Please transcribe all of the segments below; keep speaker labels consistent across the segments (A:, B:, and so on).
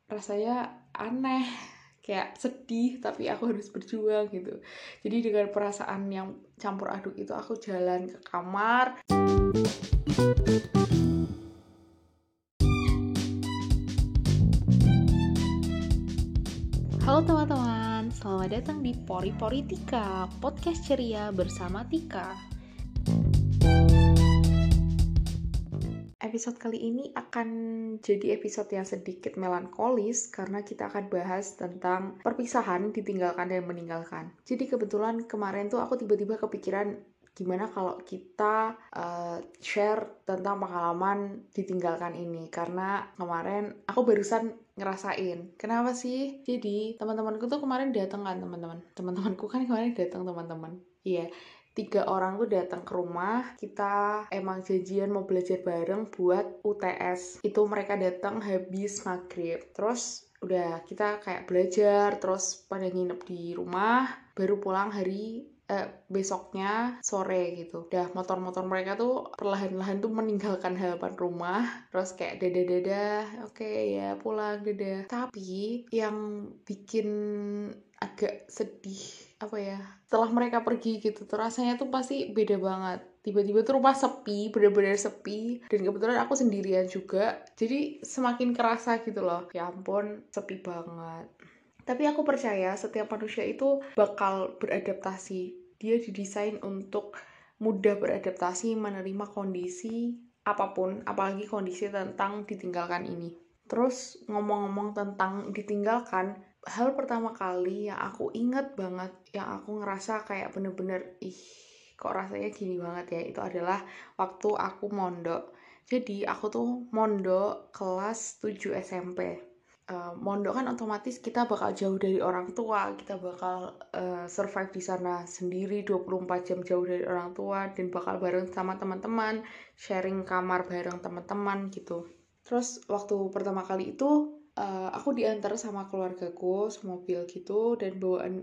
A: rasanya aneh, kayak sedih tapi aku harus berjuang gitu. Jadi dengan perasaan yang campur aduk itu aku jalan ke kamar. Halo teman-teman, selamat datang di Pori Pori Tika, podcast ceria bersama Tika. Episode kali ini akan jadi episode yang sedikit melankolis karena kita akan bahas tentang perpisahan, ditinggalkan dan meninggalkan. Jadi kebetulan kemarin tuh aku tiba-tiba kepikiran gimana kalau kita share tentang pengalaman ditinggalkan ini, karena kemarin aku barusan ngerasain. Kenapa sih? Jadi teman-temanku tuh kemarin datang kan, teman-temanku kan kemarin datang teman-teman. Iya. 3 orang tuh datang ke rumah, kita emang janjian mau belajar bareng buat UTS. Itu mereka datang habis maghrib. Terus udah kita kayak belajar, terus pada nginep di rumah, baru pulang besoknya sore gitu. Udah motor-motor mereka tuh perlahan-lahan tuh meninggalkan halaman rumah, terus kayak dadah-dadah, oke ya pulang dadah. Tapi yang bikin agak sedih apa ya, setelah mereka pergi gitu tuh rasanya tuh pasti beda banget. Tiba-tiba tuh rumah sepi, bener-bener sepi, dan kebetulan aku sendirian juga, jadi semakin kerasa gitu loh. Ya ampun, sepi banget. Tapi aku percaya setiap manusia itu bakal beradaptasi. Dia didesain untuk mudah beradaptasi menerima kondisi apapun, apalagi kondisi tentang ditinggalkan ini. Terus ngomong-ngomong tentang ditinggalkan, hal pertama kali yang aku inget banget, yang aku ngerasa kayak bener-bener, kok rasanya gini banget ya, itu adalah waktu aku mondok. Jadi aku tuh mondok kelas 7 SMP. Mondok kan otomatis kita bakal jauh dari orang tua, kita bakal survive di sana sendiri 24 jam jauh dari orang tua, dan bakal bareng sama teman-teman, sharing kamar bareng teman-teman gitu. Terus waktu pertama kali itu aku diantar sama keluargaku semobil gitu, dan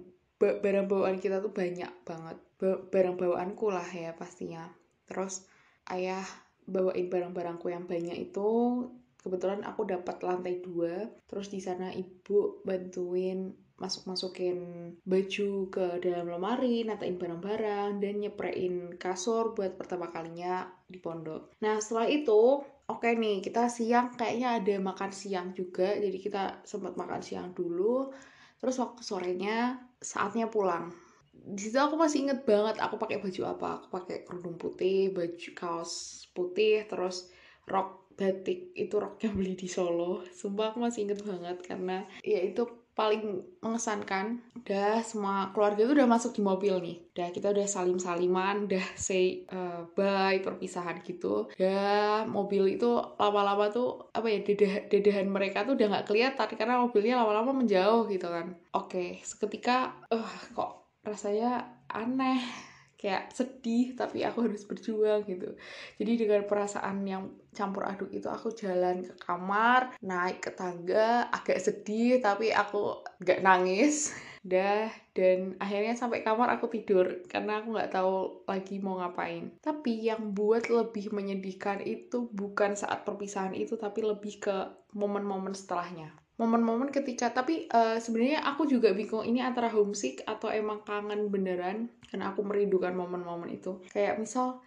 A: barang bawaan kita tuh banyak banget, barang bawaanku lah ya pastinya. Terus ayah bawain barang-barangku yang banyak itu. Kebetulan aku dapat lantai 2, terus di sana ibu bantuin masukin baju ke dalam lemari, natain barang-barang, dan nyeprein kasur buat pertama kalinya di pondok. Nah setelah itu, oke nih, kita siang kayaknya ada makan siang juga, jadi kita sempat makan siang dulu. Terus waktu sorenya saatnya pulang. Di situ aku masih inget banget aku pakai baju apa. Aku pakai kerudung putih, baju kaos putih, terus rok batik. Itu rok yang beli di Solo. Sumpah aku masih inget banget karena ya itu paling mengesankan. Udah semua keluarga itu udah masuk di mobil nih. Udah kita udah salim-saliman, udah say bye, perpisahan gitu. Ya mobil itu lama-lama tuh apa ya, dedahan mereka tuh udah nggak kelihatan karena mobilnya lama-lama menjauh gitu kan. Oke, seketika kok rasanya aneh, kayak sedih tapi aku harus berjuang gitu. Jadi dengan perasaan yang campur aduk itu aku jalan ke kamar, naik ke tangga, agak sedih tapi aku gak nangis. Dan akhirnya sampai kamar aku tidur karena aku nggak tahu lagi mau ngapain. Tapi yang buat lebih menyedihkan itu bukan saat perpisahan itu, tapi lebih ke momen-momen setelahnya. Momen-momen ketika, tapi sebenarnya aku juga bingung ini antara homesick atau emang kangen beneran, karena aku merindukan momen-momen itu. Kayak misal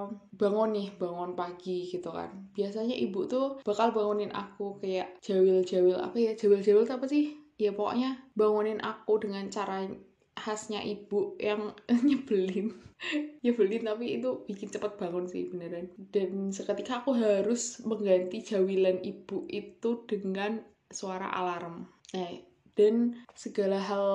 A: bangun pagi gitu kan, biasanya ibu tuh bakal bangunin aku kayak jawil-jawil, apa ya, jawil-jawil itu apa sih ya, pokoknya bangunin aku dengan cara khasnya ibu yang nyebelin. Nyebelin tapi itu bikin cepet bangun sih beneran. Dan seketika aku harus mengganti jawilan ibu itu dengan suara alarm. Dan segala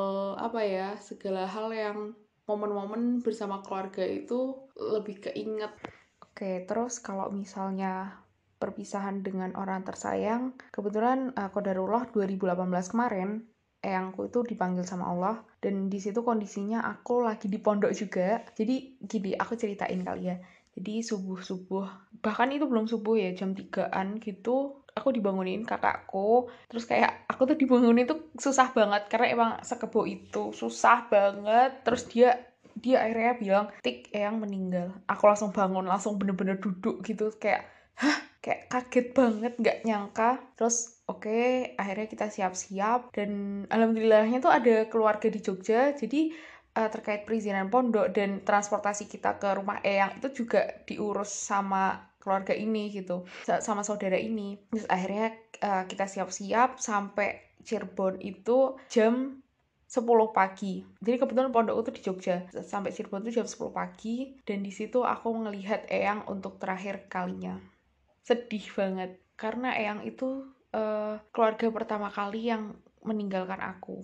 A: hal yang momen-momen bersama keluarga itu lebih keinget. Oke, terus kalau misalnya perpisahan dengan orang tersayang, kebetulan qadarullah 2018 kemarin, eyangku itu dipanggil sama Allah, dan di situ kondisinya aku lagi di pondok juga. Jadi gini, aku ceritain kali ya. Jadi subuh-subuh, bahkan itu belum subuh ya, jam 3-an gitu, aku dibangunin kakakku. Terus kayak aku tuh dibangunin tuh susah banget karena emang sekebo itu susah banget. Terus dia akhirnya bilang, "Tik, Eyang meninggal." Aku langsung bangun, langsung bener-bener duduk gitu, kayak kaget banget, nggak nyangka. Terus Oke, akhirnya kita siap-siap dan alhamdulillahnya tuh ada keluarga di Jogja. Jadi terkait perizinan pondok dan transportasi kita ke rumah Eyang itu juga diurus sama keluarga ini gitu, sama saudara ini. Terus akhirnya kita siap-siap sampai Cirebon itu jam 10 pagi. Jadi kebetulan pondok itu di Jogja. Sampai Cirebon itu jam 10 pagi dan di situ aku ngelihat Eyang untuk terakhir kalinya. Sedih banget karena Eyang itu keluarga pertama kali yang meninggalkan aku.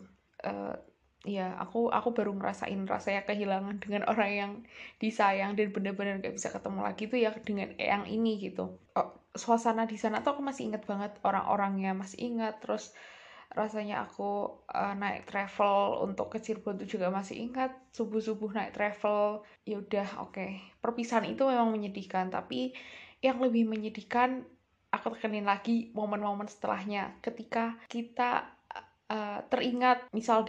A: Ya, aku baru ngerasain rasanya kehilangan dengan orang yang disayang dan benar-benar gak bisa ketemu lagi tuh ya dengan Eyang ini gitu. Suasana di sana tuh aku masih inget banget, orang-orangnya masih ingat, terus rasanya aku naik travel untuk ke Cirebon tuh juga masih ingat, subuh-subuh naik travel. Ya udah, oke. Perpisahan itu memang menyedihkan, tapi yang lebih menyedihkan aku tekenin lagi momen-momen setelahnya ketika kita teringat, misal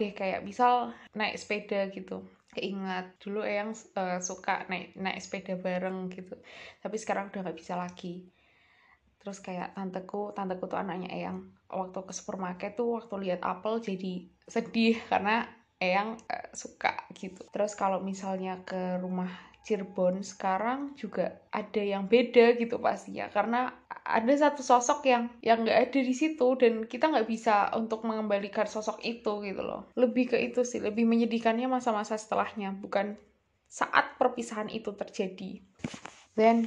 A: naik sepeda gitu, keingat dulu Eyang suka naik sepeda bareng gitu, tapi sekarang udah nggak bisa lagi. Terus kayak tanteku tuh anaknya Eyang, waktu ke supermarket tuh waktu lihat apel jadi sedih karena Eyang suka gitu. Terus kalau misalnya ke rumah Cirebon sekarang juga ada yang beda gitu pastinya, karena ada satu sosok yang nggak ada di situ dan kita nggak bisa untuk mengembalikan sosok itu gitu loh. Lebih ke itu sih, lebih menyedihkannya masa-masa setelahnya, bukan saat perpisahan itu terjadi. Then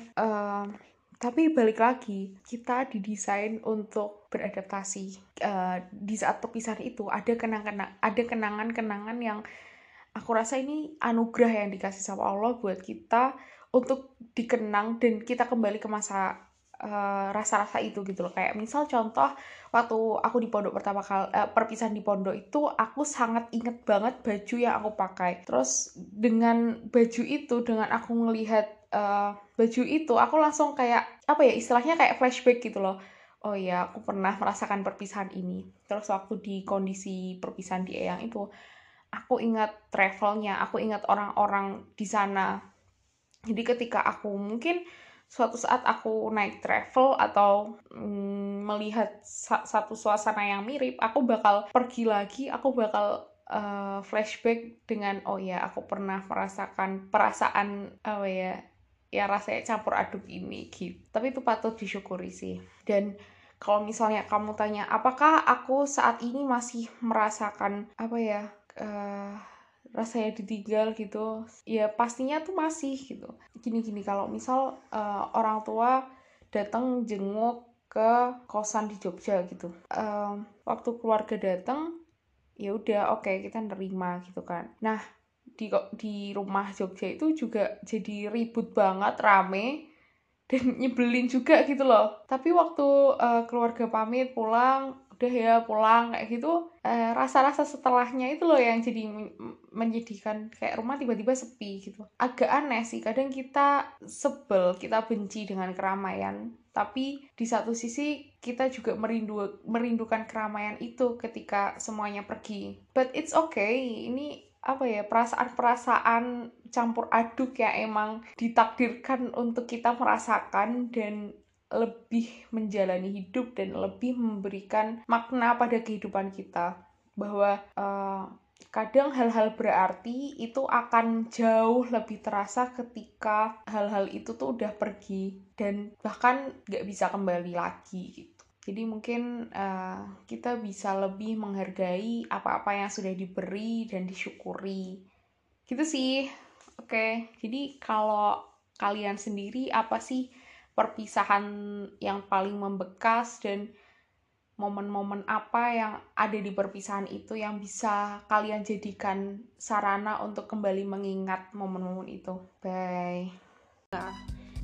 A: tapi balik lagi, kita didesain untuk beradaptasi. Di saat perpisahan itu ada kenangan-kenangan yang aku rasa ini anugerah yang dikasih sama Allah buat kita untuk dikenang dan kita kembali ke masa rasa-rasa itu gitu loh. Kayak misal contoh waktu aku di pondok pertama kali, perpisahan di pondok itu aku sangat inget banget baju yang aku pakai. Terus dengan baju itu, dengan aku ngelihat baju itu, aku langsung kayak apa ya, istilahnya kayak flashback gitu loh. Oh ya, aku pernah merasakan perpisahan ini. Terus waktu di kondisi perpisahan di Eyang itu, aku ingat travelnya, aku ingat orang-orang di sana. Jadi ketika aku mungkin suatu saat aku naik travel atau melihat satu suasana yang mirip, aku bakal pergi lagi, aku bakal flashback dengan oh ya, aku pernah merasakan perasaan apa ya rasanya campur aduk ini gitu. Tapi itu patut disyukuri sih. Dan kalau misalnya kamu tanya apakah aku saat ini masih merasakan apa ya rasanya ditinggal gitu, ya pastinya tuh masih gitu. Gini kalau misal orang tua datang jenguk ke kosan di Jogja gitu, waktu keluarga datang ya udah oke, kita nerima gitu kan. Nah di rumah Jogja itu juga jadi ribut banget, rame dan nyebelin juga gitu loh. Tapi waktu keluarga pamit pulang, udah ya pulang kayak gitu, rasa-rasa setelahnya itu loh yang jadi menyedihkan, kayak rumah tiba-tiba sepi gitu. Agak aneh sih, kadang kita sebel, kita benci dengan keramaian, tapi di satu sisi kita juga merindukan keramaian itu ketika semuanya pergi. But it's okay, ini apa ya, perasaan-perasaan campur aduk yang emang ditakdirkan untuk kita merasakan dan lebih menjalani hidup dan lebih memberikan makna pada kehidupan kita, bahwa kadang hal-hal berarti itu akan jauh lebih terasa ketika hal-hal itu tuh udah pergi dan bahkan gak bisa kembali lagi gitu. Jadi mungkin kita bisa lebih menghargai apa-apa yang sudah diberi dan disyukuri. Gitu sih. Oke, jadi kalau kalian sendiri apa sih perpisahan yang paling membekas dan momen-momen apa yang ada di perpisahan itu yang bisa kalian jadikan sarana untuk kembali mengingat momen-momen itu? Bye.